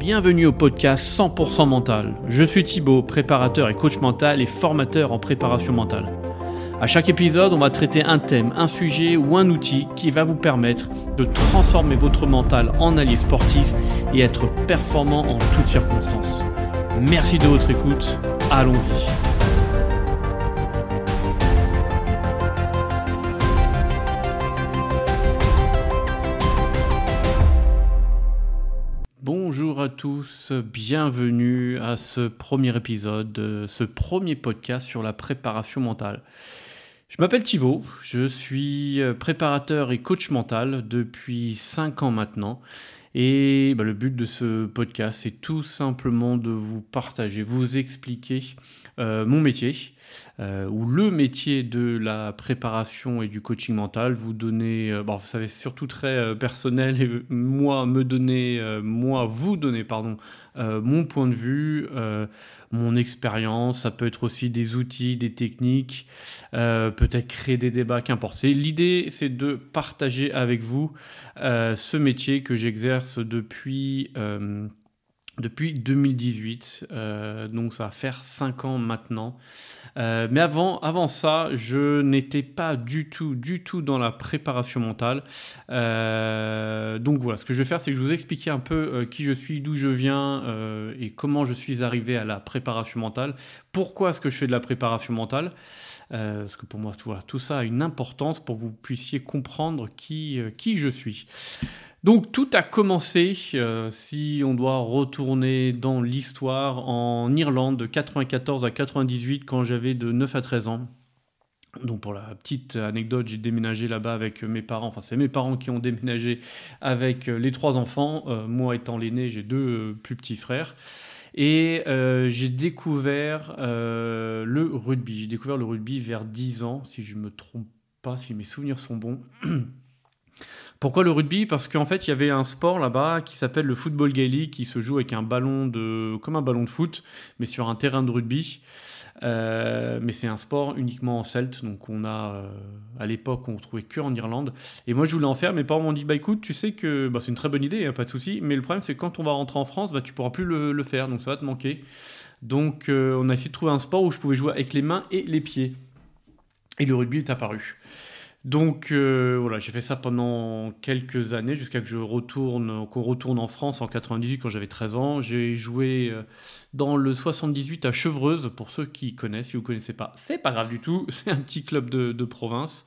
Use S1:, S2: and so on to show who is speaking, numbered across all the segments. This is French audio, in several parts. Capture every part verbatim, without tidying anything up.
S1: Bienvenue au podcast cent pour cent mental. Je suis Thibaut, préparateur et coach mental et formateur en préparation mentale. À chaque épisode, on va traiter un thème, un sujet ou un outil qui va vous permettre de transformer votre mental en allié sportif et être performant en toutes circonstances. Merci de votre écoute, allons-y. Bonjour à tous, bienvenue à ce premier épisode, ce premier podcast sur la préparation mentale. Je m'appelle Thibaut, je suis préparateur et coach mental depuis cinq ans maintenant. Et bah, le but de ce podcast, c'est tout simplement de vous partager, vous expliquer euh, mon métier, euh, ou le métier de la préparation et du coaching mental, vous donner, euh, bon, vous savez, surtout très euh, personnel, et moi, me donner, euh, moi, vous donner, pardon, euh, mon point de vue, euh, mon expérience, ça peut être aussi des outils, des techniques, euh, peut-être créer des débats, qu'importe. C'est, l'idée, c'est de partager avec vous euh, ce métier que j'exerce depuis... Euh, Depuis deux mille dix-huit, euh, donc ça va faire cinq ans maintenant. Euh, mais avant, avant ça, je n'étais pas du tout, du tout dans la préparation mentale. Euh, donc voilà, ce que je vais faire, c'est que je vais vous expliquer un peu euh, qui je suis, d'où je viens euh, et comment je suis arrivé à la préparation mentale. Pourquoi est-ce que je fais de la préparation mentale ? Euh, parce que pour moi, tout, voilà, tout ça a une importance pour que vous puissiez comprendre qui, euh, qui je suis. Donc tout a commencé, euh, si on doit retourner dans l'histoire, en Irlande de quatre-vingt-quatorze à quatre-vingt-dix-huit quand j'avais de neuf à treize ans. Donc pour la petite anecdote, j'ai déménagé là-bas avec mes parents, enfin c'est mes parents qui ont déménagé avec les trois enfants, euh, moi étant l'aîné, j'ai deux euh, plus petits frères. Et euh, j'ai découvert euh, le rugby, j'ai découvert le rugby vers dix ans, si je ne me trompe pas, si mes souvenirs sont bons. Pourquoi le rugby ? Parce qu'en fait, il y avait un sport là-bas qui s'appelle le football gaélique, qui se joue avec un ballon de, comme un ballon de foot, mais sur un terrain de rugby. Euh, mais c'est un sport uniquement en celte, donc on a, euh, à l'époque, on ne trouvait que en Irlande. Et moi, je voulais en faire. Mes parents m'ont dit, bah écoute, tu sais que bah, c'est une très bonne idée, hein, pas de souci. Mais le problème, c'est que quand on va rentrer en France, bah tu pourras plus le, le faire, donc ça va te manquer. Donc, euh, on a essayé de trouver un sport où je pouvais jouer avec les mains et les pieds. Et le rugby est apparu. Donc euh, voilà, j'ai fait ça pendant quelques années jusqu'à que je retourne, qu'on retourne en France en quatre-vingt-dix-huit quand j'avais treize ans. J'ai joué euh, dans le soixante-dix-huit à Chevreuse, pour ceux qui connaissent. Si vous ne connaissez pas, c'est pas grave du tout, c'est un petit club de, de province.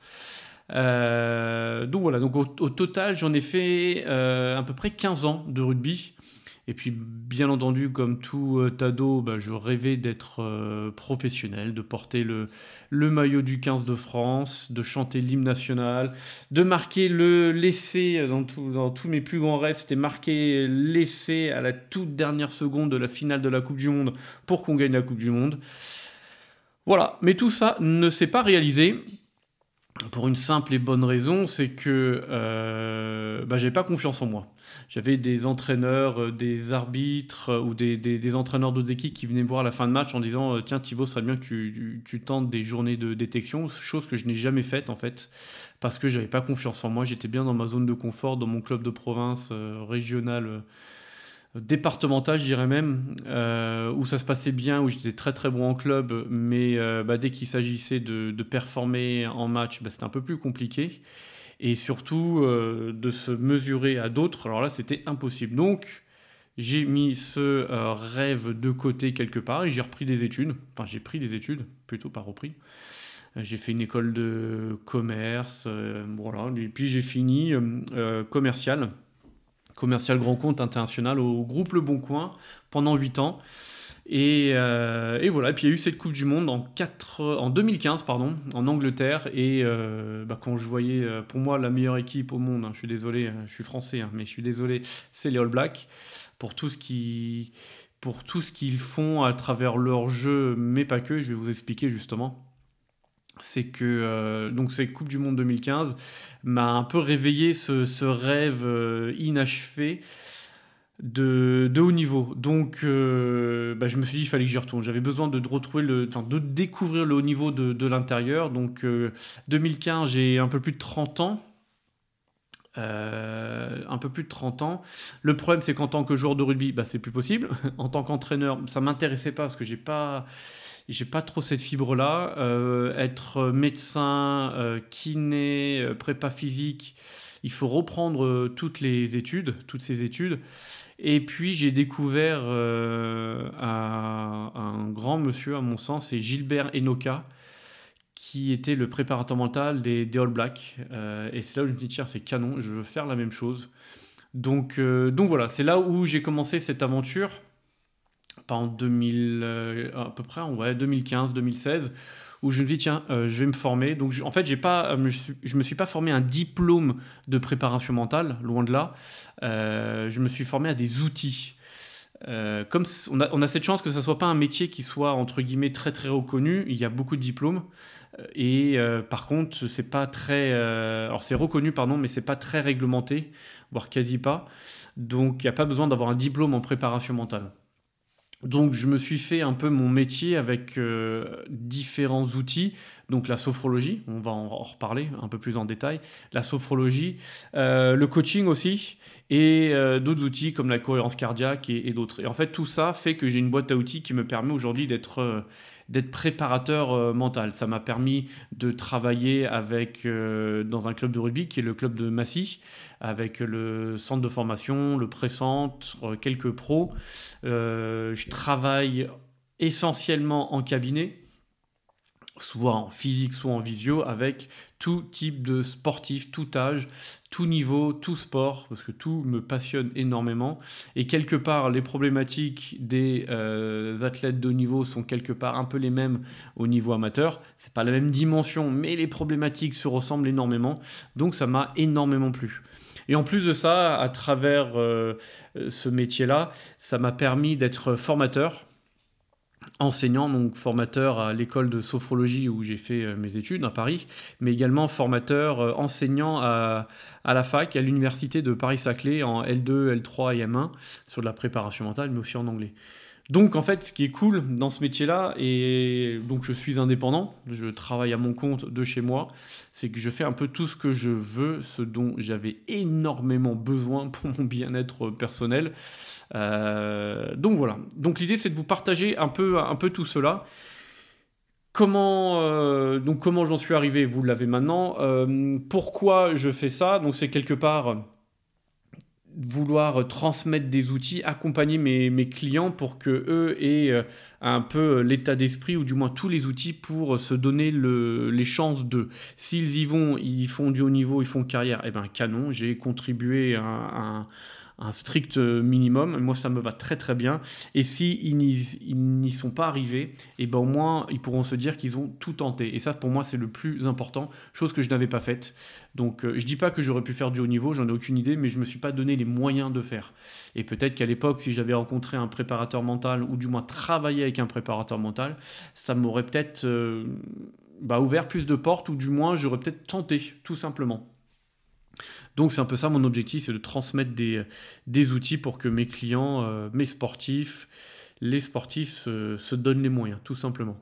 S1: Euh, donc voilà, donc au, au total j'en ai fait euh, à peu près quinze ans de rugby. Et puis, bien entendu, comme tout euh, ado, bah, je rêvais d'être euh, professionnel, de porter le, le maillot du quinze de France, de chanter l'hymne national, de marquer le l'essai dans, tout, dans tous mes plus grands rêves. C'était marquer l'essai à la toute dernière seconde de la finale de la Coupe du Monde pour qu'on gagne la Coupe du Monde. Voilà, mais tout ça ne s'est pas réalisé. Pour une simple et bonne raison, c'est que euh, bah, j'avais pas confiance en moi. J'avais des entraîneurs, des arbitres ou des, des, des entraîneurs d'autres équipes qui venaient me voir à la fin de match en disant « Tiens Thibaut, ça serait bien que tu, tu, tu tentes des journées de détection », chose que je n'ai jamais faite en fait, parce que j'avais pas confiance en moi. J'étais bien dans ma zone de confort, dans mon club de province, euh, régional, euh, départemental, je dirais même, euh, où ça se passait bien, où j'étais très très bon en club, mais euh, bah, dès qu'il s'agissait de, de performer en match, bah, c'était un peu plus compliqué. Et surtout, euh, de se mesurer à d'autres, alors là, c'était impossible. Donc, j'ai mis ce euh, rêve de côté quelque part et j'ai repris des études. Enfin, j'ai pris des études, plutôt pas repris. Euh, j'ai fait une école de commerce, euh, voilà. Et puis j'ai fini euh, commercial. commercial grand compte international au groupe Le Bon Coin pendant huit ans. Et, euh, et voilà, et puis il y a eu cette Coupe du Monde en, quatre, en deux mille quinze pardon, en Angleterre. Et euh, bah, quand je voyais, pour moi, la meilleure équipe au monde, hein, je suis désolé, hein, je suis français, hein, mais je suis désolé, c'est les All Blacks. Pour tout ce qui, pour tout ce qu'ils font à travers leur jeu, mais pas que, je vais vous expliquer justement. C'est que euh, donc cette Coupe du Monde deux mille quinze m'a un peu réveillé ce, ce rêve euh, inachevé de, de haut niveau. Donc euh, bah, je me suis dit qu'il fallait que j'y retourne. J'avais besoin de, de retrouver le, enfin, de découvrir le haut niveau de, de l'intérieur. Donc euh, deux mille quinze, j'ai un peu plus de trente ans. euh, un peu plus de trente ans. Le problème, c'est qu'en tant que joueur de rugby, bah, c'est plus possible. En tant qu'entraîneur, ça ne m'intéressait pas parce que j'ai pas, j'ai pas trop cette fibre-là. Euh, être médecin, euh, kiné, euh, prépa physique, il faut reprendre euh, toutes les études, toutes ces études. Et puis j'ai découvert euh, un, un grand monsieur, à mon sens, c'est Gilbert Enoka, qui était le préparateur mental des, des All Blacks. Euh, et c'est là où je me dis, tiens, c'est canon, je veux faire la même chose. Donc, euh, donc voilà, c'est là où j'ai commencé cette aventure, pas en deux mille, euh, à peu près, ouais, deux mille quinze, deux mille seize, où je me dis, tiens, euh, je vais me former. Donc je- en fait, j'ai pas, euh, je ne me suis pas formé à un diplôme de préparation mentale, loin de là. Euh, je me suis formé à des outils. Euh, comme on a, on a cette chance que ça ne soit pas un métier qui soit entre guillemets très très reconnu, il y a beaucoup de diplômes euh, et euh, par contre c'est pas très, euh, alors c'est reconnu pardon, mais c'est pas très réglementé, voire quasi pas. Donc il n'y a pas besoin d'avoir un diplôme en préparation mentale. Donc je me suis fait un peu mon métier avec euh, différents outils, donc la sophrologie, on va en reparler un peu plus en détail, la sophrologie, euh, le coaching aussi, et euh, d'autres outils comme la cohérence cardiaque et, et d'autres. Et en fait tout ça fait que j'ai une boîte à outils qui me permet aujourd'hui d'être euh, d'être préparateur euh, mental. Ça m'a permis de travailler avec, euh, dans un club de rugby qui est le club de Massy, avec le centre de formation, le pré-centre, euh, quelques pros. Euh, je travaille essentiellement en cabinet, soit en physique, soit en visio, avec tout type de sportif, tout âge, tout niveau, tout sport, parce que tout me passionne énormément. Et quelque part, les problématiques des euh, athlètes de haut niveau sont quelque part un peu les mêmes au niveau amateur. C'est pas la même dimension, mais les problématiques se ressemblent énormément. Donc ça m'a énormément plu. Et en plus de ça, à travers euh, ce métier-là, ça m'a permis d'être formateur, enseignant, donc formateur à l'école de sophrologie où j'ai fait euh, mes études à Paris, mais également formateur, euh, enseignant à, à la fac, à l'université de Paris-Saclay en L deux, L trois et M un sur de la préparation mentale, mais aussi en anglais. Donc en fait, ce qui est cool dans ce métier-là, et donc je suis indépendant, je travaille à mon compte de chez moi, c'est que je fais un peu tout ce que je veux, ce dont j'avais énormément besoin pour mon bien-être personnel. Euh, donc voilà. Donc l'idée, c'est de vous partager un peu, un peu tout cela. Comment, euh, donc comment j'en suis arrivé, vous l'avez maintenant. Euh, pourquoi je fais ça? Donc c'est quelque part vouloir transmettre des outils, accompagner mes, mes clients pour que eux aient euh, un peu l'état d'esprit ou du moins tous les outils pour se donner le, les chances de. S'ils y vont, ils font du haut niveau, ils font carrière, eh ben canon, j'ai contribué à un, un strict minimum. Moi, ça me va très très bien. Et s'ils n'y, n'y sont pas arrivés, et ben au moins, ils pourront se dire qu'ils ont tout tenté. Et ça, pour moi, c'est le plus important, chose que je n'avais pas faite. Donc, euh, je ne dis pas que j'aurais pu faire du haut niveau, j'en ai aucune idée, mais je ne me suis pas donné les moyens de faire. Et peut-être qu'à l'époque, si j'avais rencontré un préparateur mental, ou du moins travaillé avec un préparateur mental, ça m'aurait peut-être euh, bah, ouvert plus de portes, ou du moins, j'aurais peut-être tenté, tout simplement. Donc c'est un peu ça mon objectif, c'est de transmettre des, des outils pour que mes clients, euh, mes sportifs, les sportifs se, se donnent les moyens, tout simplement.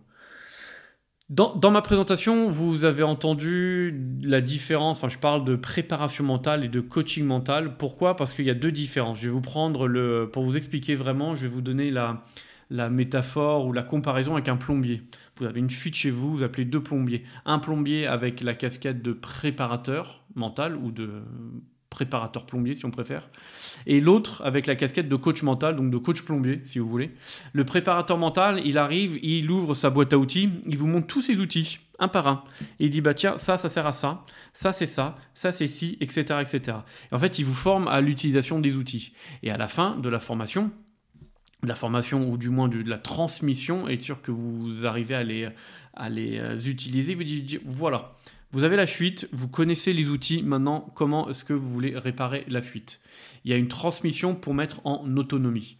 S1: Dans, dans ma présentation, vous avez entendu la différence, enfin je parle de préparation mentale et de coaching mental. Pourquoi? Parce qu'il y a deux différences. Je vais vous prendre, le, pour vous expliquer vraiment, je vais vous donner la, la métaphore ou la comparaison avec un plombier. Vous avez une fuite chez vous, vous appelez deux plombiers. Un plombier avec la casquette de préparateur mental ou de préparateur plombier si on préfère, et l'autre avec la casquette de coach mental, donc de coach plombier si vous voulez. Le préparateur mental, il arrive, il ouvre sa boîte à outils, il vous montre tous ses outils, un par un, et il dit bah tiens, ça, ça sert à ça, ça c'est ça, ça c'est ci, et cetera, et cetera. Et en fait, il vous forme à l'utilisation des outils. Et à la fin de la formation, de la formation ou du moins de, de la transmission, et être sûr que vous arrivez à les, à les utiliser, il vous dit voilà. Vous avez la fuite, vous connaissez les outils, maintenant comment est-ce que vous voulez réparer la fuite? Il y a une transmission pour mettre en autonomie.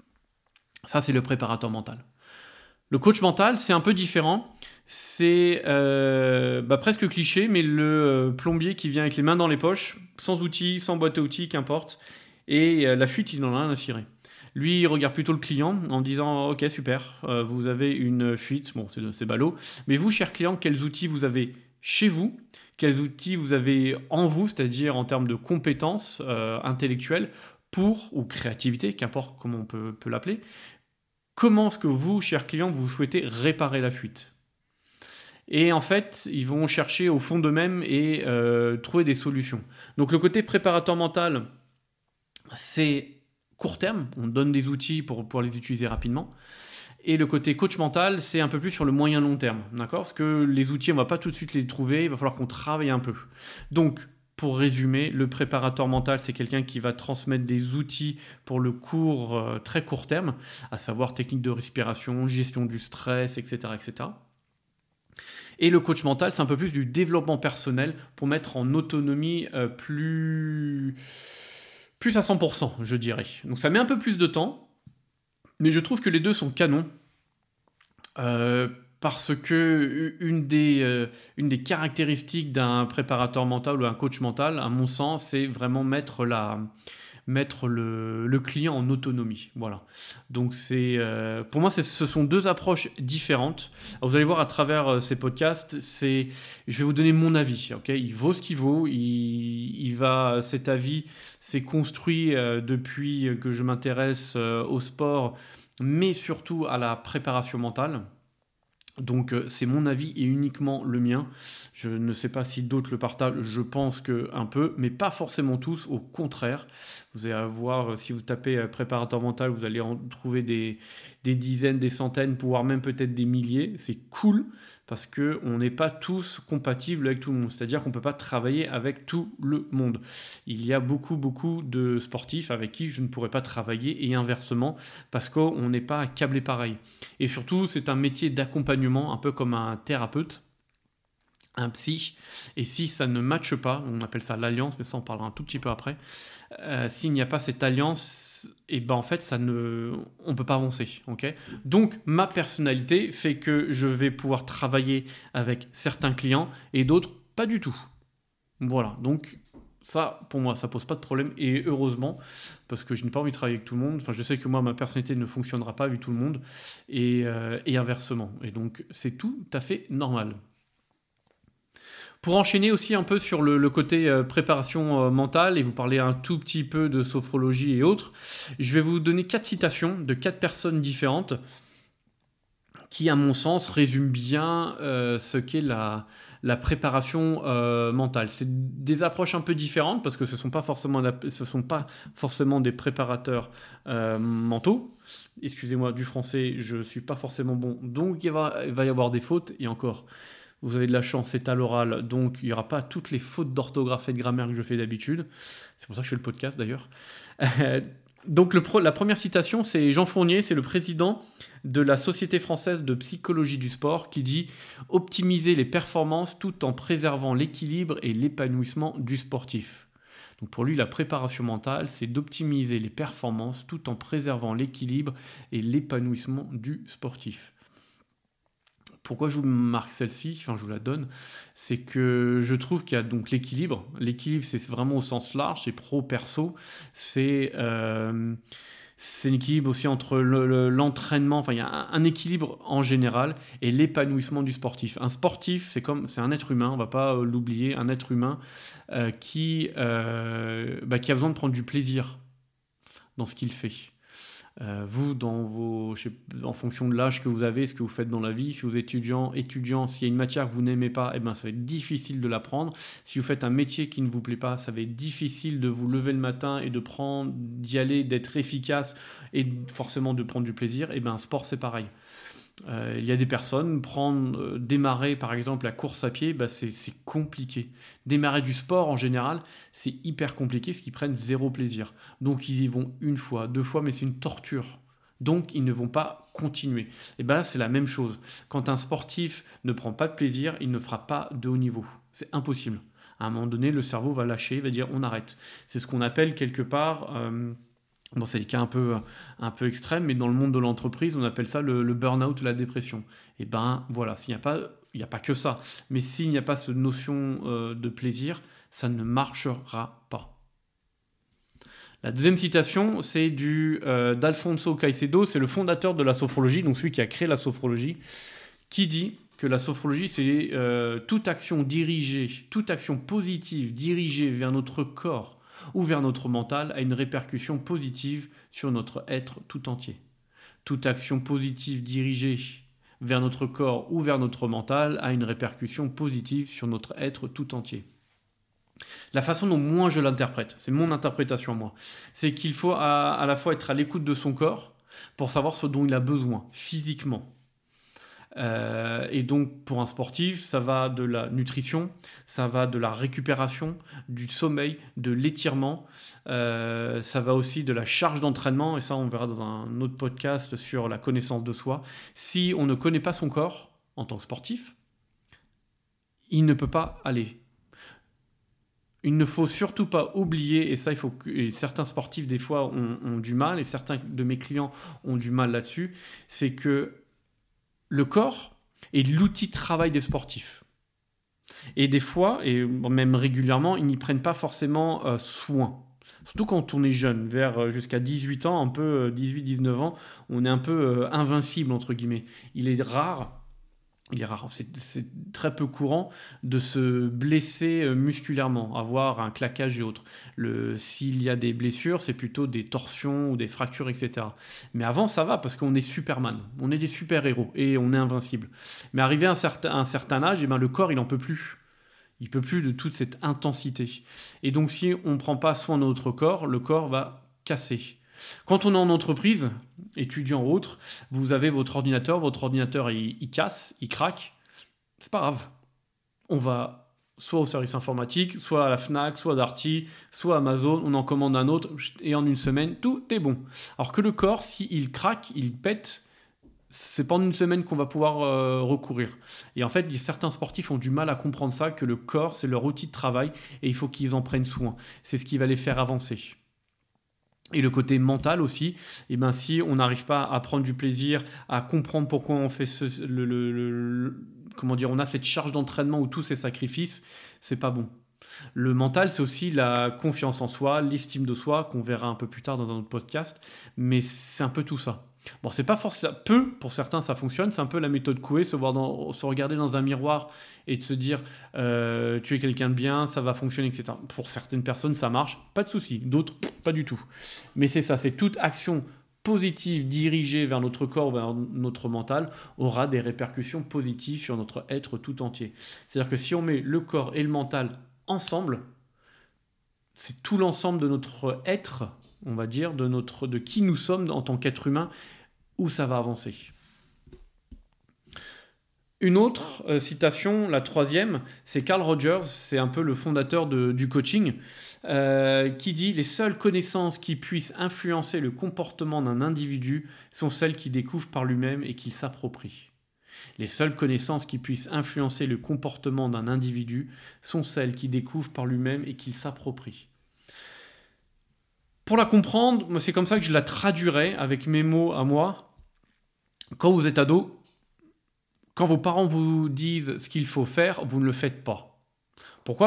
S1: Ça, c'est le préparateur mental. Le coach mental, c'est un peu différent. C'est euh, bah, presque cliché, mais le plombier qui vient avec les mains dans les poches, sans outils, sans boîte à outils, qu'importe. Et euh, la fuite, il n'en a rien à cirer. Lui, il regarde plutôt le client en disant « Ok, super, euh, vous avez une fuite. » Bon, c'est, c'est ballot. Mais vous, cher client, quels outils vous avez chez vous? quels outils vous avez en vous, c'est-à-dire en termes de compétences euh, intellectuelles pour, ou créativité, qu'importe comment on peut, peut l'appeler, comment est-ce que vous, chers clients, vous souhaitez réparer la fuite. Et en fait, ils vont chercher au fond d'eux-mêmes et euh, trouver des solutions. Donc le côté préparateur mental, c'est court terme, on donne des outils pour pouvoir les utiliser rapidement. Et le côté coach mental, c'est un peu plus sur le moyen long terme, d'accord ? Parce que les outils, on ne va pas tout de suite les trouver, il va falloir qu'on travaille un peu. Donc, pour résumer, le préparateur mental, c'est quelqu'un qui va transmettre des outils pour le court, euh, très court terme, à savoir technique de respiration, gestion du stress, et cetera, et cetera. Et le coach mental, c'est un peu plus du développement personnel pour mettre en autonomie euh, plus... plus à cent pour cent, je dirais. Donc ça met un peu plus de temps, mais je trouve que les deux sont canons. Euh, parce que une des, euh, une des caractéristiques d'un préparateur mental ou un coach mental, à mon sens, c'est vraiment mettre, la, mettre le, le client en autonomie. Voilà. Donc c'est, euh, pour moi, c'est, ce sont deux approches différentes. Alors, vous allez voir à travers euh, ces podcasts, c'est, je vais vous donner mon avis. Okay, il vaut ce qu'il vaut. Il, il va, cet avis s'est construit euh, depuis que je m'intéresse euh, au sport, mais surtout à la préparation mentale. Donc euh, c'est mon avis et uniquement le mien. Je ne sais pas si d'autres le partagent, je pense qu'un peu, mais pas forcément tous, au contraire. Vous allez voir, si vous tapez euh, préparateur mental, vous allez en trouver des, des dizaines, des centaines, voire même peut-être des milliers. C'est cool parce qu'on n'est pas tous compatibles avec tout le monde. C'est-à-dire qu'on ne peut pas travailler avec tout le monde. Il y a beaucoup, beaucoup de sportifs avec qui je ne pourrais pas travailler et inversement parce qu'on n'est pas câblé pareil. Et surtout, c'est un métier d'accompagnement, un peu comme un thérapeute, un psy. Et si ça ne matche pas, on appelle ça l'alliance, mais ça on parlera un tout petit peu après, euh, s'il n'y a pas cette alliance, et ben en fait ça ne, on peut pas avancer, ok ? Donc ma personnalité fait que je vais pouvoir travailler avec certains clients et d'autres pas du tout. Voilà, donc ça pour moi ça pose pas de problème et heureusement parce que je n'ai pas envie de travailler avec tout le monde. Enfin je sais que moi ma personnalité ne fonctionnera pas avec tout le monde et, euh, et inversement. Et donc c'est tout à fait normal. Pour enchaîner aussi un peu sur le, le côté euh, préparation euh, mentale et vous parler un tout petit peu de sophrologie et autres, je vais vous donner quatre citations de quatre personnes différentes qui, à mon sens, résument bien euh, ce qu'est la, la préparation euh, mentale. C'est des approches un peu différentes parce que ce ne sont pas forcément, ce sont pas forcément des préparateurs euh, mentaux. Excusez-moi du français, je ne suis pas forcément bon, donc il va, il va y avoir des fautes et encore. Vous avez de la chance, c'est à l'oral, donc il n'y aura pas toutes les fautes d'orthographe et de grammaire que je fais d'habitude. C'est pour ça que je fais le podcast d'ailleurs. Euh, donc le pro, la première citation, c'est Jean Fournier, c'est le président de la Société française de psychologie du sport qui dit « Optimiser les performances tout en préservant l'équilibre et l'épanouissement du sportif ». Donc pour lui, la préparation mentale, c'est d'optimiser les performances tout en préservant l'équilibre et l'épanouissement du sportif. Pourquoi je vous marque celle-ci, enfin je vous la donne, c'est que je trouve qu'il y a donc l'équilibre. L'équilibre, c'est vraiment au sens large, c'est pro-perso, c'est, euh, c'est un équilibre aussi entre le, le, l'entraînement, enfin il y a un, un équilibre en général et l'épanouissement du sportif. Un sportif, c'est comme, c'est un être humain, on ne va pas euh, l'oublier, un être humain euh, qui, euh, bah, qui a besoin de prendre du plaisir dans ce qu'il fait. Euh, vous, dans vos, je sais, en fonction de l'âge que vous avez, ce que vous faites dans la vie, si vous êtes étudiant, étudiant, s'il y a une matière que vous n'aimez pas, eh ben, ça va être difficile de l'apprendre. Si vous faites un métier qui ne vous plaît pas, ça va être difficile de vous lever le matin et de prendre, d'y aller, d'être efficace et forcément de prendre du plaisir. Eh ben, un sport, c'est pareil. Euh, il y a des personnes, prendre, euh, démarrer par exemple la course à pied, bah c'est, c'est compliqué. Démarrer du sport en général, c'est hyper compliqué parce qu'ils prennent zéro plaisir. Donc ils y vont une fois, deux fois, mais c'est une torture. Donc ils ne vont pas continuer. Et bien là, c'est la même chose. Quand un sportif ne prend pas de plaisir, il ne fera pas de haut niveau. C'est impossible. À un moment donné, le cerveau va lâcher, va dire on arrête. C'est ce qu'on appelle quelque part... Euh, Bon, c'est des cas un peu, un peu extrêmes, mais dans le monde de l'entreprise, on appelle ça le, le burn-out, la dépression. Et ben voilà, s'il n'y a pas, il n'y a pas que ça, mais s'il n'y a pas cette notion euh, de plaisir, ça ne marchera pas. La deuxième citation, c'est du, euh, d'Alfonso Caicedo, c'est le fondateur de la sophrologie, donc celui qui a créé la sophrologie, qui dit que la sophrologie, c'est euh, toute action dirigée, toute action positive dirigée vers notre corps ou vers notre mental a une répercussion positive sur notre être tout entier. Toute action positive dirigée vers notre corps ou vers notre mental a une répercussion positive sur notre être tout entier. La façon dont moi je l'interprète, c'est mon interprétation à moi, c'est qu'il faut à, à la fois être à l'écoute de son corps pour savoir ce dont il a besoin physiquement. Euh, et donc pour un sportif, ça va de la nutrition, ça va de la récupération, du sommeil, de l'étirement, euh, ça va aussi de la charge d'entraînement, et ça on verra dans un autre podcast sur la connaissance de soi. Si on ne connaît pas son corps en tant que sportif, il ne peut pas aller. Il ne faut surtout pas oublier, et ça, il faut que et certains sportifs, des fois, ont, ont du mal, et certains de mes clients ont du mal là-dessus, c'est que le corps est l'outil de travail des sportifs. Et des fois, et même régulièrement, ils n'y prennent pas forcément euh, soin. Surtout quand on est jeune, vers jusqu'à dix-huit ans, un peu dix-huit dix-neuf ans, on est un peu euh, invincible, entre guillemets. Il est rare... Il est rare, c'est, c'est très peu courant de se blesser musculairement, avoir un claquage et autres. Le, s'il y a des blessures, c'est plutôt des torsions ou des fractures, et cetera. Mais avant, ça va parce qu'on est Superman, on est des super-héros et on est invincible. Mais arrivé à un certain, à un certain âge, eh ben, le corps, il n'en peut plus. Il ne peut plus de toute cette intensité. Et donc, si on ne prend pas soin de notre corps, le corps va casser. Quand on est en entreprise, étudiant ou autre, vous avez votre ordinateur, votre ordinateur il, il casse, il craque, c'est pas grave. On va soit au service informatique, soit à la Fnac, soit à Darty, soit à Amazon, on en commande un autre et en une semaine, tout est bon. Alors que le corps, s'il craque, il pète, c'est pendant une semaine qu'on va pouvoir euh, recourir. Et en fait, certains sportifs ont du mal à comprendre ça, que le corps, c'est leur outil de travail et il faut qu'ils en prennent soin. C'est ce qui va les faire avancer. Et le côté mental aussi, eh ben, si on n'arrive pas à prendre du plaisir, à comprendre pourquoi on fait ce, le, le, le, le, comment dire, on a cette charge d'entraînement ou tous ces sacrifices, c'est pas bon. Le mental, c'est aussi la confiance en soi, l'estime de soi, qu'on verra un peu plus tard dans un autre podcast, mais c'est un peu tout ça. Bon, c'est pas forcément peu, pour certains ça fonctionne, c'est un peu la méthode Coué, se, voir dans, se regarder dans un miroir et de se dire euh, tu es quelqu'un de bien, ça va fonctionner, et cetera. Pour certaines personnes ça marche, pas de souci, d'autres pas du tout. Mais c'est ça, c'est toute action positive dirigée vers notre corps, vers notre mental, aura des répercussions positives sur notre être tout entier. C'est-à-dire que si on met le corps et le mental ensemble, c'est tout l'ensemble de notre être, on va dire, de, notre, de qui nous sommes en tant qu'être humain, où ça va avancer. Une autre euh, citation, la troisième, c'est Carl Rogers, c'est un peu le fondateur de, du coaching, euh, qui dit « Les seules connaissances qui puissent influencer le comportement d'un individu sont celles qu'il découvre par lui-même et qu'il s'approprie. Les seules connaissances qui puissent influencer le comportement d'un individu sont celles qu'il découvre par lui-même et qu'il s'approprie. » Pour la comprendre, c'est comme ça que je la traduirais avec mes mots à moi. Quand vous êtes ado, quand vos parents vous disent ce qu'il faut faire, vous ne le faites pas. Pourquoi ?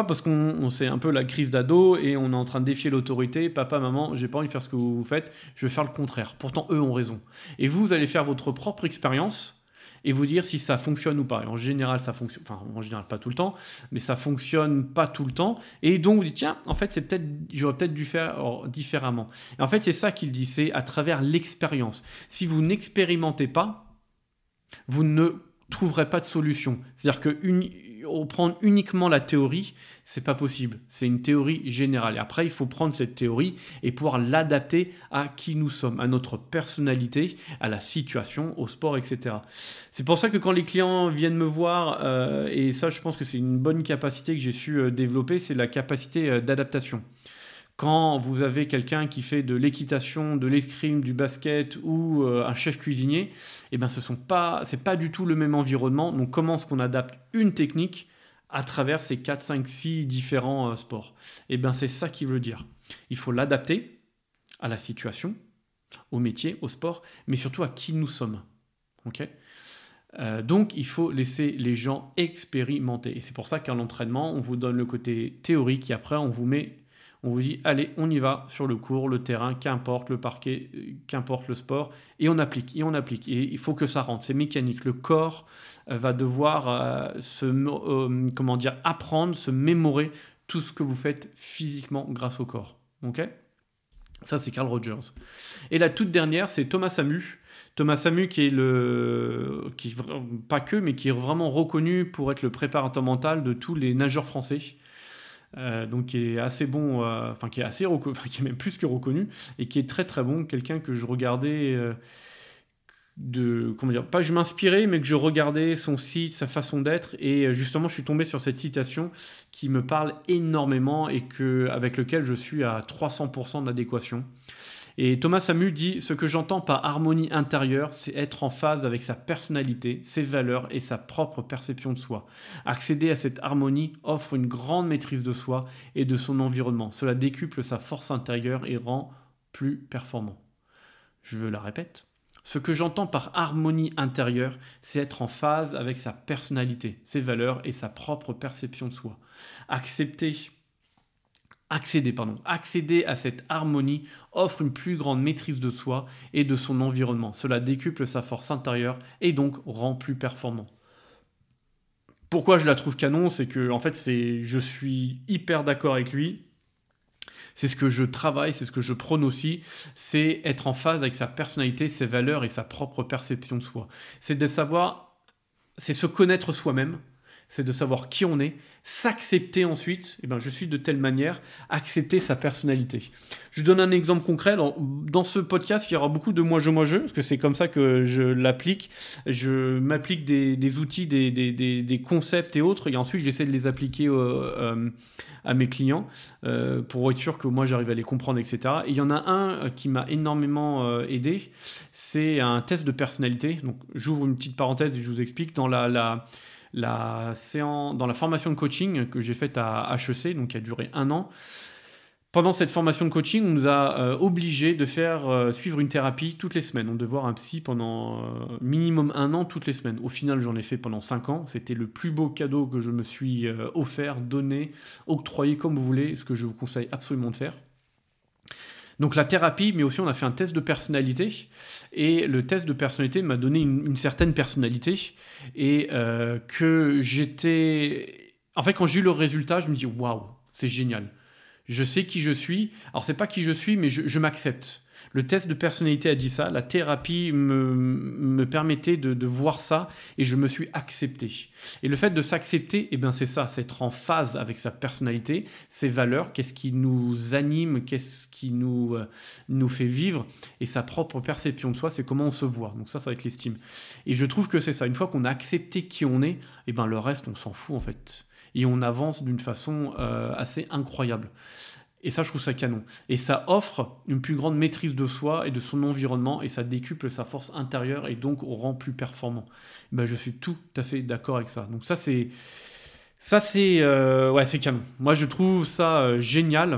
S1: Parce qu'on on, c'est un peu la crise d'ado et on est en train de défier l'autorité. Papa, maman, j'ai pas envie de faire ce que vous faites, je vais faire le contraire. Pourtant, eux ont raison. Et vous, vous allez faire votre propre expérience et vous dire si ça fonctionne ou pas. Et en général, ça fonctionne, enfin en général pas tout le temps, mais ça fonctionne pas tout le temps. Et donc vous dites tiens, en fait c'est peut-être, j'aurais peut-être dû faire différemment. Et en fait c'est ça qu'il dit, c'est à travers l'expérience. Si vous n'expérimentez pas, vous ne trouverez pas de solution. C'est-à-dire que une, prendre uniquement la théorie, c'est pas possible. C'est une théorie générale. Et après, il faut prendre cette théorie et pouvoir l'adapter à qui nous sommes, à notre personnalité, à la situation, au sport, et cetera. C'est pour ça que quand les clients viennent me voir, euh, et ça, je pense que c'est une bonne capacité que j'ai su euh, développer, c'est la capacité euh, d'adaptation. Quand vous avez quelqu'un qui fait de l'équitation, de l'escrime, du basket ou euh, un chef cuisinier, eh ben ce sont pas, c'est pas du tout le même environnement. Donc comment est-ce qu'on adapte une technique à travers ces quatre, cinq, six différents euh, sports ? Eh ben c'est ça qu'il veut dire. Il faut l'adapter à la situation, au métier, au sport, mais surtout à qui nous sommes. Ok ? Euh, donc il faut laisser les gens expérimenter. Et c'est pour ça qu'à l'entraînement, on vous donne le côté théorique et après on vous met... On vous dit, allez, on y va sur le court, le terrain, qu'importe, le parquet, euh, qu'importe le sport, et on applique, et on applique. Et il faut que ça rentre, c'est mécanique. Le corps euh, va devoir euh, se, euh, comment dire, apprendre, se mémorer tout ce que vous faites physiquement grâce au corps. Ok ? Ça, c'est Carl Rogers. Et la toute dernière, c'est Thomas Samu. Thomas Samu, qui est le, qui pas que, mais qui est vraiment reconnu pour être le préparateur mental de tous les nageurs français. Euh, donc qui est assez bon, euh, enfin qui est assez reconnu, enfin qui est même plus que reconnu, et qui est très très bon, quelqu'un que je regardais euh, de, comment dire, pas je m'inspirais, mais que je regardais son site, sa façon d'être, et justement je suis tombé sur cette citation qui me parle énormément et que, avec lequel je suis à trois cents pour cent d'adéquation. Et Thomas Samu dit « Ce que j'entends par harmonie intérieure, c'est être en phase avec sa personnalité, ses valeurs et sa propre perception de soi. Accéder à cette harmonie offre une grande maîtrise de soi et de son environnement. Cela décuple sa force intérieure et rend plus performant. » Je la répète. Ce que j'entends par harmonie intérieure, c'est être en phase avec sa personnalité, ses valeurs et sa propre perception de soi. Accepter Accéder, pardon, accéder à cette harmonie offre une plus grande maîtrise de soi et de son environnement. Cela décuple sa force intérieure et donc rend plus performant. Pourquoi je la trouve canon ? C'est que en fait, c'est, je suis hyper d'accord avec lui. C'est ce que je travaille, c'est ce que je prône aussi. C'est être en phase avec sa personnalité, ses valeurs et sa propre perception de soi. C'est de savoir, c'est se connaître soi-même. C'est de savoir qui on est, s'accepter ensuite, eh ben, je suis de telle manière, accepter sa personnalité. Je donne un exemple concret. Dans, dans ce podcast, il y aura beaucoup de moi-je, moi-je, parce que c'est comme ça que je l'applique. Je m'applique des, des outils, des, des, des, des concepts et autres, et ensuite j'essaie de les appliquer euh, euh, à mes clients euh, pour être sûr que moi j'arrive à les comprendre, et cetera. Et il y en a un qui m'a énormément euh, aidé, c'est un test de personnalité. Donc j'ouvre une petite parenthèse et je vous explique. Dans la... la La séance, dans la formation de coaching que j'ai faite à H E C, donc qui a duré un an. Pendant cette formation de coaching, on nous a euh, obligés de faire euh, suivre une thérapie toutes les semaines. On devait voir un psy pendant euh, minimum un an toutes les semaines. Au final, j'en ai fait pendant cinq ans. C'était le plus beau cadeau que je me suis euh, offert, donné, octroyé, comme vous voulez, ce que je vous conseille absolument de faire. Donc la thérapie, mais aussi on a fait un test de personnalité, et le test de personnalité m'a donné une, une certaine personnalité, et euh, que j'étais... En fait, quand j'ai eu le résultat, je me dis « Waouh, c'est génial ! Je sais qui je suis. » Alors, c'est pas qui je suis, mais je, je m'accepte. Le test de personnalité a dit ça, la thérapie me, me permettait de, de voir ça, et je me suis accepté. Et le fait de s'accepter, eh ben c'est ça, c'est être en phase avec sa personnalité, ses valeurs, qu'est-ce qui nous anime, qu'est-ce qui nous, euh, nous fait vivre, et sa propre perception de soi, c'est comment on se voit. Donc ça, ça va être l'estime. Et je trouve que c'est ça, une fois qu'on a accepté qui on est, eh ben le reste, on s'en fout en fait. Et on avance d'une façon euh, assez incroyable. Et ça, je trouve ça canon. Et ça offre une plus grande maîtrise de soi et de son environnement, et ça décuple sa force intérieure et donc rend plus performant. Ben, je suis tout à fait d'accord avec ça. Donc ça, c'est, ça, c'est, euh, ouais, c'est canon. Moi, je trouve ça euh, génial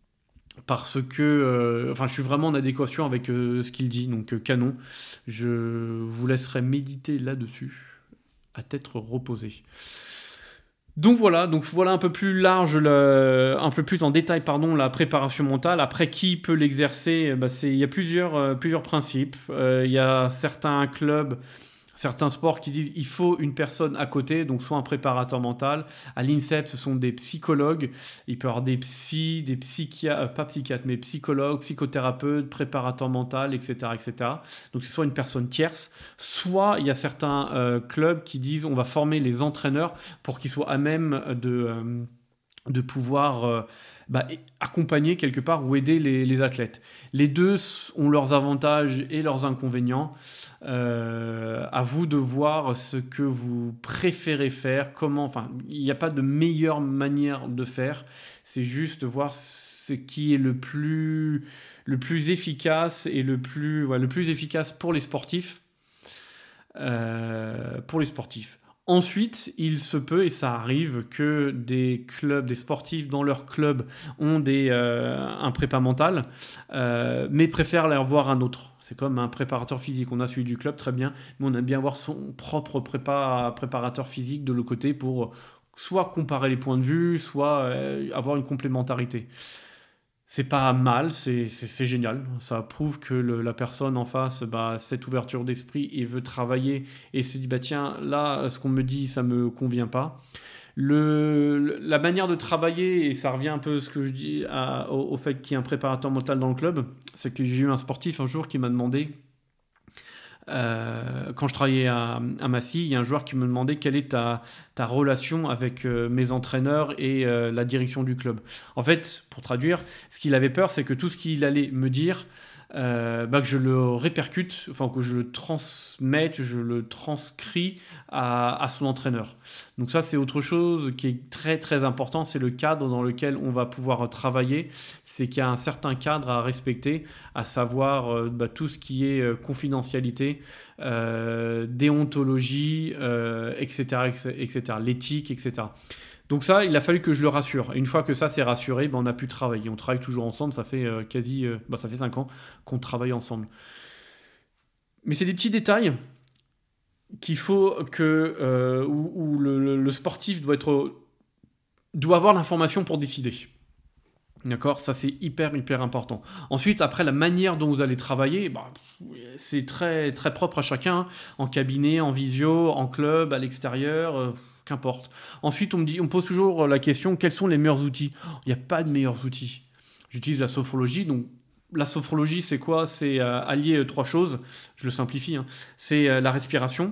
S1: parce que, euh, enfin, je suis vraiment en adéquation avec euh, ce qu'il dit. Donc euh, canon. Je vous laisserai méditer là-dessus à tête reposée. Donc voilà, donc voilà un peu plus large, le, un peu plus en détail, pardon, la préparation mentale. Après, qui peut l'exercer ? Bah, c'est, il y a plusieurs, euh, plusieurs principes. Euh, il y a certains clubs, certains sports qui disent qu'il faut une personne à côté, donc soit un préparateur mental. À l'INSEP, ce sont des psychologues. Il peut y avoir des psys, des psychiatres, euh, pas psychiatres, mais psychologues, psychothérapeutes, préparateurs mentaux, et cetera, et cetera. Donc c'est soit une personne tierce, soit il y a certains euh, clubs qui disent on va former les entraîneurs pour qu'ils soient à même de, euh, de pouvoir euh, bah, accompagner quelque part ou aider les, les athlètes. Les deux ont leurs avantages et leurs inconvénients. Euh, à vous de voir ce que vous préférez faire, comment, enfin, il n'y a pas de meilleure manière de faire, c'est juste voir ce qui est le plus, le plus efficace et le plus, ouais, le plus efficace pour les sportifs. Euh, pour les sportifs. Ensuite, il se peut, et ça arrive, que des clubs, des sportifs dans leur club ont des, euh, un prépa mental, euh, mais préfèrent aller voir un autre. C'est comme un préparateur physique. On a celui du club, très bien, mais on aime bien voir son propre prépa, préparateur physique de l'autre côté pour soit comparer les points de vue, soit euh, avoir une complémentarité. c'est pas mal, c'est, c'est, c'est génial. Ça prouve que le- la personne en face, bah, cette ouverture d'esprit et veut travailler et se dit, bah tiens, là, ce qu'on me dit, ça me convient pas. Le, le- la manière de travailler, et ça revient un peu à ce que je dis à- au, au fait qu'il y ait un préparateur mental dans le club, c'est que j'ai eu un sportif un jour qui m'a demandé, euh, quand je travaillais à, à Massy, il y a un joueur qui me demandait quelle est ta, ta relation avec euh, mes entraîneurs et euh, la direction du club. En fait, pour traduire, ce qu'il avait peur, c'est que tout ce qu'il allait me dire, euh, bah, que je le répercute, enfin que je le transmette, je le transcris à, à son entraîneur. Donc ça, c'est autre chose qui est très très important, c'est le cadre dans lequel on va pouvoir travailler, c'est qu'il y a un certain cadre à respecter, à savoir euh, bah, tout ce qui est euh, confidentialité, euh, déontologie, euh, et cetera, et cetera, l'éthique, et cetera. Donc ça, il a fallu que je le rassure. Et une fois que ça s'est rassuré, ben, on a pu travailler. On travaille toujours ensemble, ça fait euh, quasi, euh, bah, ça fait cinq ans qu'on travaille ensemble. Mais c'est des petits détails qu'il faut que euh, où, où le, le- le sportif doit être doit avoir l'information pour décider. D'accord, ça c'est hyper hyper important. Ensuite, après la manière dont vous allez travailler, bah, c'est très très propre à chacun, hein. En cabinet, en visio, en club, à l'extérieur, euh, qu'importe. Ensuite, on me dit, on me pose toujours la question, quels sont les meilleurs outils? Il n'y a pas de meilleurs outils. J'utilise la sophrologie, donc la sophrologie, c'est quoi? C'est euh, allier euh, trois choses. Je le simplifie, hein. C'est euh, la respiration.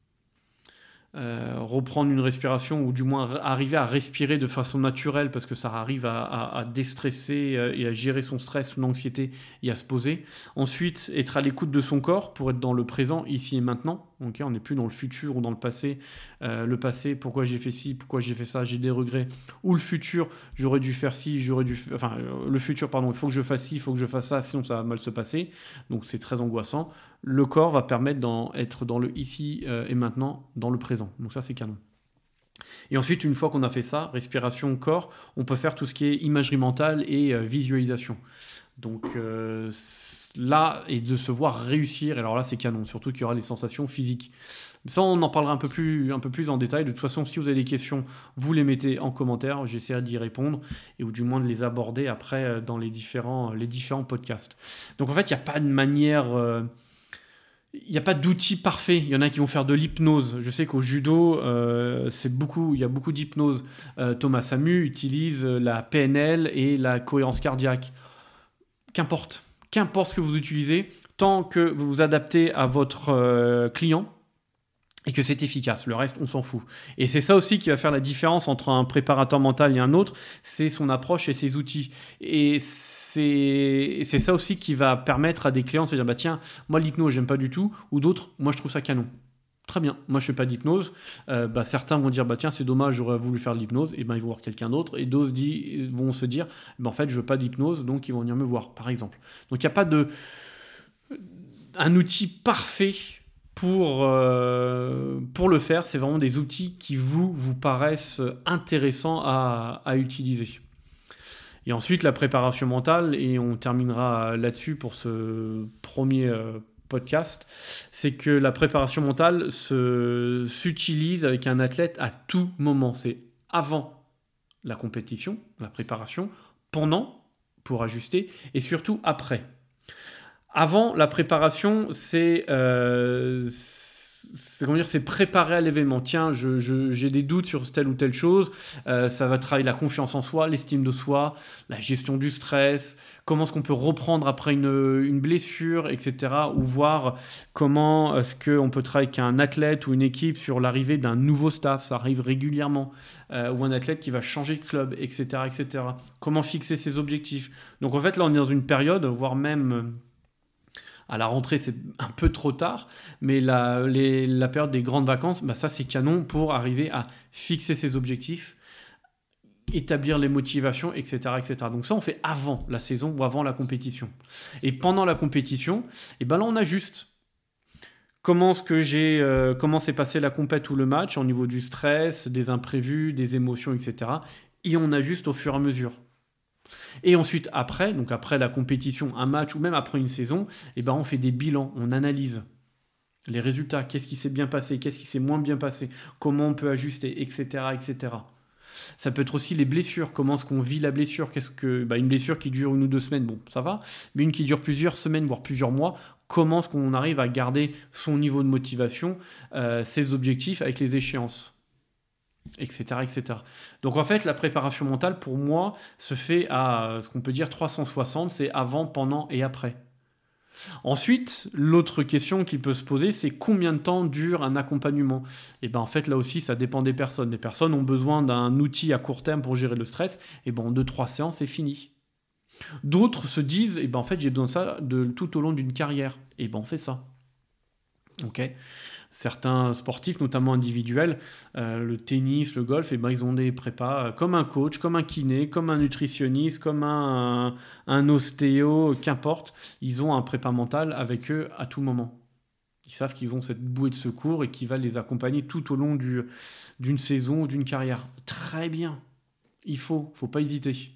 S1: Euh, reprendre une respiration ou du moins r- arriver à respirer de façon naturelle parce que ça arrive à, à- à déstresser euh, et à gérer son stress, son anxiété et à se poser. Ensuite, être à l'écoute de son corps pour être dans le présent, ici et maintenant. Ok, on n'est plus dans le futur ou dans le passé. Euh, le passé, pourquoi j'ai fait ci, pourquoi j'ai fait ça, j'ai des regrets. Ou le futur, j'aurais dû faire ci, j'aurais dû... f- Enfin, euh, le futur, pardon, il faut que je fasse ci, il faut que je fasse ça, sinon ça va mal se passer. Donc c'est très angoissant. Le corps va permettre d'être dans le ici euh, et maintenant, dans le présent. Donc ça, c'est canon. Et ensuite, une fois qu'on a fait ça, respiration, corps, on peut faire tout ce qui est imagerie mentale et euh, visualisation. Donc euh, là, et de se voir réussir, et alors là, c'est canon, surtout qu'il y aura les sensations physiques. Ça, on en parlera un peu plus, un peu plus en détail. De toute façon, si vous avez des questions, vous les mettez en commentaire. J'essaierai d'y répondre, et ou du moins de les aborder après euh, dans les différents, les différents podcasts. Donc en fait, il n'y a pas de manière... euh, il n'y a pas d'outil parfait. Il y en a qui vont faire de l'hypnose. Je sais qu'au judo, euh, c'est beaucoup, il y a beaucoup d'hypnose. Euh, Thomas Samu utilise la P N L et la cohérence cardiaque. Qu'importe. Qu'importe ce que vous utilisez, tant que vous vous adaptez à votre euh, client et que c'est efficace. Le reste, on s'en fout. Et c'est ça aussi qui va faire la différence entre un préparateur mental et un autre, c'est son approche et ses outils. Et c'est c'est ça aussi qui va permettre à des clients de se dire, bah tiens, moi l'hypnose, j'aime pas du tout, ou d'autres, moi je trouve ça canon. Très bien, moi je fais pas d'hypnose. Euh, bah, certains vont dire, bah tiens, c'est dommage, j'aurais voulu faire de l'hypnose, et ben ils vont voir quelqu'un d'autre, et d'autres dit- vont se dire, bah, en fait, je veux pas d'hypnose, donc ils vont venir me voir, par exemple. Donc il n'y a pas de un outil parfait pour, euh, pour le faire. C'est vraiment des outils qui vous, vous paraissent intéressants à, à utiliser. Et ensuite, la préparation mentale, et on terminera là-dessus pour ce premier euh, podcast, c'est que la préparation mentale se, s'utilise avec un athlète à tout moment. C'est avant la compétition, la préparation, pendant, pour ajuster, et surtout après. Avant la préparation, c'est euh, c'est comment dire, c'est préparer à l'événement. Tiens, je, je- j'ai des doutes sur telle ou telle chose. Euh, ça va travailler la confiance en soi, l'estime de soi, la gestion du stress. Comment est-ce qu'on peut reprendre après une, une blessure, et cetera. Ou voir comment est-ce qu'on peut travailler avec un athlète ou une équipe sur l'arrivée d'un nouveau staff. Ça arrive régulièrement. Euh, ou un athlète qui va changer de club, et cetera, et cetera. Comment fixer ses objectifs. Donc en fait, là, on est dans une période, voire même à la rentrée, c'est un peu trop tard, mais la, les- la période des grandes vacances, bah ça c'est canon pour arriver à fixer ses objectifs, établir les motivations, et cetera, et cetera. Donc ça, on fait avant la saison ou avant la compétition. Et pendant la compétition, et ben là, on ajuste. Comment est-ce que j'ai, euh, comment s'est passé la compète ou le match au niveau du stress, des imprévus, des émotions, et cetera. Et on ajuste au fur et à mesure. Et ensuite, après, donc après la compétition, un match ou même après une saison, eh ben on fait des bilans, on analyse les résultats, qu'est-ce qui s'est bien passé, qu'est-ce qui s'est moins bien passé, comment on peut ajuster, et cetera, et cetera. Ça peut être aussi les blessures. Comment est-ce qu'on vit la blessure? Qu'est-ce que, bah, une blessure qui dure une ou deux semaines, bon, ça va. Mais une qui dure plusieurs semaines, voire plusieurs mois, comment est-ce qu'on arrive à garder son niveau de motivation, euh, ses objectifs avec les échéances, et cetera, et cetera. Donc en fait, la préparation mentale, pour moi, se fait à euh, ce qu'on peut dire trois cent soixante, c'est avant, pendant et après. Ensuite, l'autre question qui peut se poser, c'est combien de temps dure un accompagnement? Et ben en fait, là aussi, ça dépend des personnes. Des personnes ont besoin d'un outil à court terme pour gérer le stress. Et ben en deux trois séances, c'est fini. D'autres se disent, et ben en fait, j'ai besoin de ça de, tout au long d'une carrière. Et ben on fait ça. Ok. Certains sportifs, notamment individuels, euh, le tennis, le golf, et ben ils ont des prépas euh, comme un coach, comme un kiné, comme un nutritionniste, comme un, un, un ostéo, qu'importe. Ils ont un prépa mental avec eux à tout moment. Ils savent qu'ils ont cette bouée de secours et qui va les accompagner tout au long du, d'une saison ou d'une carrière. Très bien. Il faut, faut pas hésiter.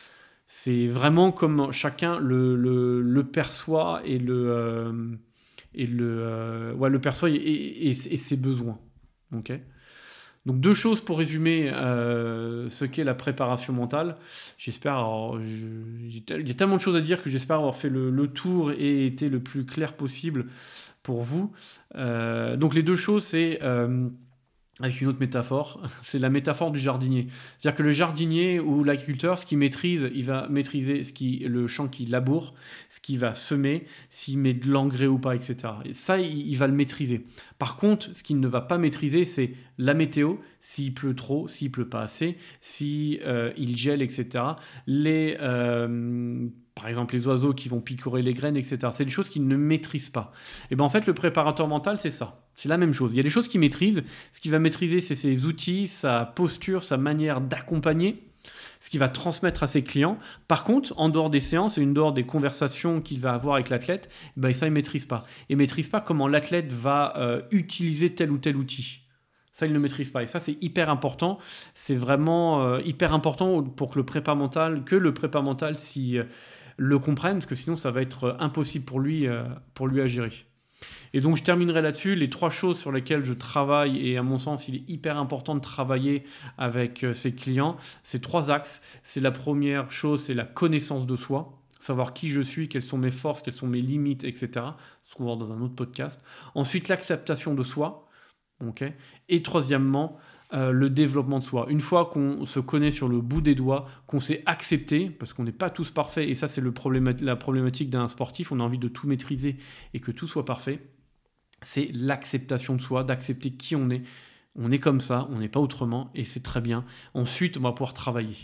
S1: C'est vraiment comme chacun le, le, le perçoit et le... Euh, et le, euh, ouais, le perçoit et, et, et ses besoins. Okay. Donc deux choses pour résumer euh, ce qu'est la préparation mentale. J'espère, alors, je, il y a tellement de choses à dire que j'espère avoir fait le, le tour et été le plus clair possible pour vous. Euh, donc les deux choses, c'est... Euh, avec une autre métaphore, c'est la métaphore du jardinier. C'est-à-dire que le jardinier ou l'agriculteur, ce qu'il maîtrise, il va maîtriser ce qui, le champ qu'il laboure, ce qu'il va semer, s'il met de l'engrais ou pas, et cetera. Et ça, il, il va le maîtriser. Par contre, ce qu'il ne va pas maîtriser, c'est la météo, s'il pleut trop, s'il pleut pas assez, si euh, il gèle, et cetera. Les... Euh, par exemple les oiseaux qui vont picorer les graines, et cetera. C'est des choses qu'il ne maîtrise pas. Et bien en fait, le préparateur mental, c'est ça. C'est la même chose. Il y a des choses qu'il maîtrise. Ce qu'il va maîtriser, c'est ses outils, sa posture, sa manière d'accompagner, ce qu'il va transmettre à ses clients. Par contre, en dehors des séances et en dehors des conversations qu'il va avoir avec l'athlète, ben ça, il ne maîtrise pas. Il ne maîtrise pas comment l'athlète va euh, utiliser tel ou tel outil. Ça, il ne maîtrise pas. Et ça, c'est hyper important. C'est vraiment euh, hyper important pour que le prépa mental, que le prépa mental s'y... Euh, le comprenne, parce que sinon ça va être impossible pour lui, euh, pour lui à gérer. Et donc je terminerai là-dessus, les trois choses sur lesquelles je travaille, et à mon sens il est hyper important de travailler avec euh, ses clients, c'est trois axes. C'est la première chose, c'est la connaissance de soi, savoir qui je suis, quelles sont mes forces, quelles sont mes limites, et cetera. Ce qu'on va voir dans un autre podcast. Ensuite, l'acceptation de soi. Okay. Et troisièmement, Euh, le développement de soi. Une fois qu'on se connaît sur le bout des doigts, qu'on s'est accepté, parce qu'on n'est pas tous parfaits, et ça c'est le problémat- la problématique d'un sportif, on a envie de tout maîtriser et que tout soit parfait, c'est l'acceptation de soi, d'accepter qui on est. On est comme ça, on n'est pas autrement, et c'est très bien. Ensuite, on va pouvoir travailler.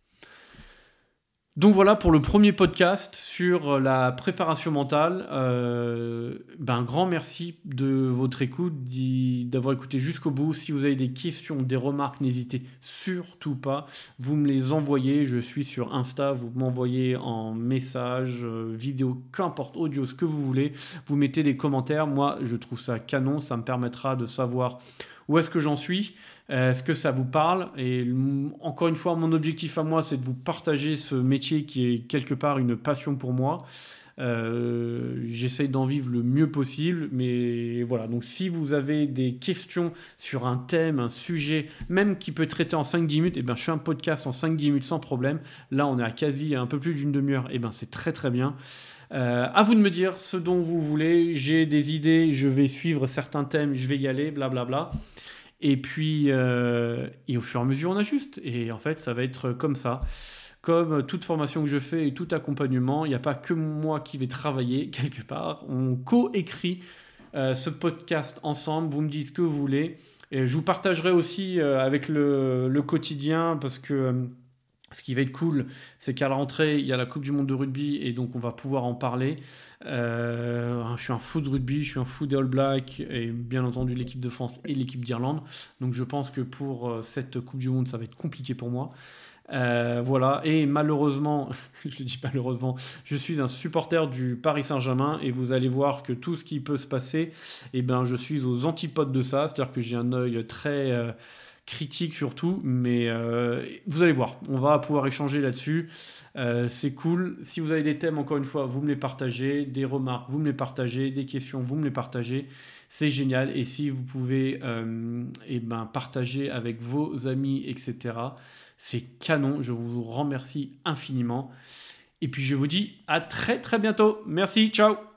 S1: Donc voilà pour le premier podcast sur la préparation mentale. Euh, ben, un grand merci de votre écoute, d'avoir écouté jusqu'au bout. Si vous avez des questions, des remarques, n'hésitez surtout pas. Vous me les envoyez. Je suis sur Insta. Vous m'envoyez en message, vidéo, qu'importe, audio, ce que vous voulez. Vous mettez des commentaires. Moi, je trouve ça canon. Ça me permettra de savoir où est-ce que j'en suis. Est-ce que ça vous parle? Et encore une fois, mon objectif à moi, c'est de vous partager ce métier qui est quelque part une passion pour moi. Euh, j'essaye d'en vivre le mieux possible, mais voilà. Donc si vous avez des questions sur un thème, un sujet, même qui peut être traité en cinq dix minutes, eh ben, je fais un podcast en cinq dix minutes sans problème. Là, on est à quasi un peu plus d'une demi-heure. Eh ben, c'est très très bien. Euh, à vous de me dire ce dont vous voulez. J'ai des idées, je vais suivre certains thèmes, je vais y aller, blablabla. Et puis, euh, et au fur et à mesure, on ajuste. Et en fait, ça va être comme ça. Comme toute formation que je fais et tout accompagnement, il n'y a pas que moi qui vais travailler quelque part. On co-écrit euh, ce podcast ensemble. Vous me dites ce que vous voulez. Et je vous partagerai aussi euh, avec le, le quotidien parce que... Euh, Ce qui va être cool, c'est qu'à la rentrée, il y a la Coupe du Monde de rugby et donc on va pouvoir en parler. Euh, je suis un fou de rugby, je suis un fou des All Blacks et bien entendu l'équipe de France et l'équipe d'Irlande. Donc je pense que pour cette Coupe du Monde, ça va être compliqué pour moi. Euh, voilà, et malheureusement, je le dis malheureusement, je suis un supporter du Paris Saint-Germain et vous allez voir que tout ce qui peut se passer, eh ben, je suis aux antipodes de ça, c'est-à-dire que j'ai un œil très... Euh, critiques surtout, mais euh, vous allez voir, on va pouvoir échanger là-dessus. Euh, c'est cool. Si vous avez des thèmes, encore une fois, vous me les partagez, des remarques, vous me les partagez, des questions, vous me les partagez. C'est génial. Et si vous pouvez euh, eh ben, partager avec vos amis, et cetera, c'est canon. Je vous remercie infiniment. Et puis je vous dis à très très bientôt. Merci, ciao.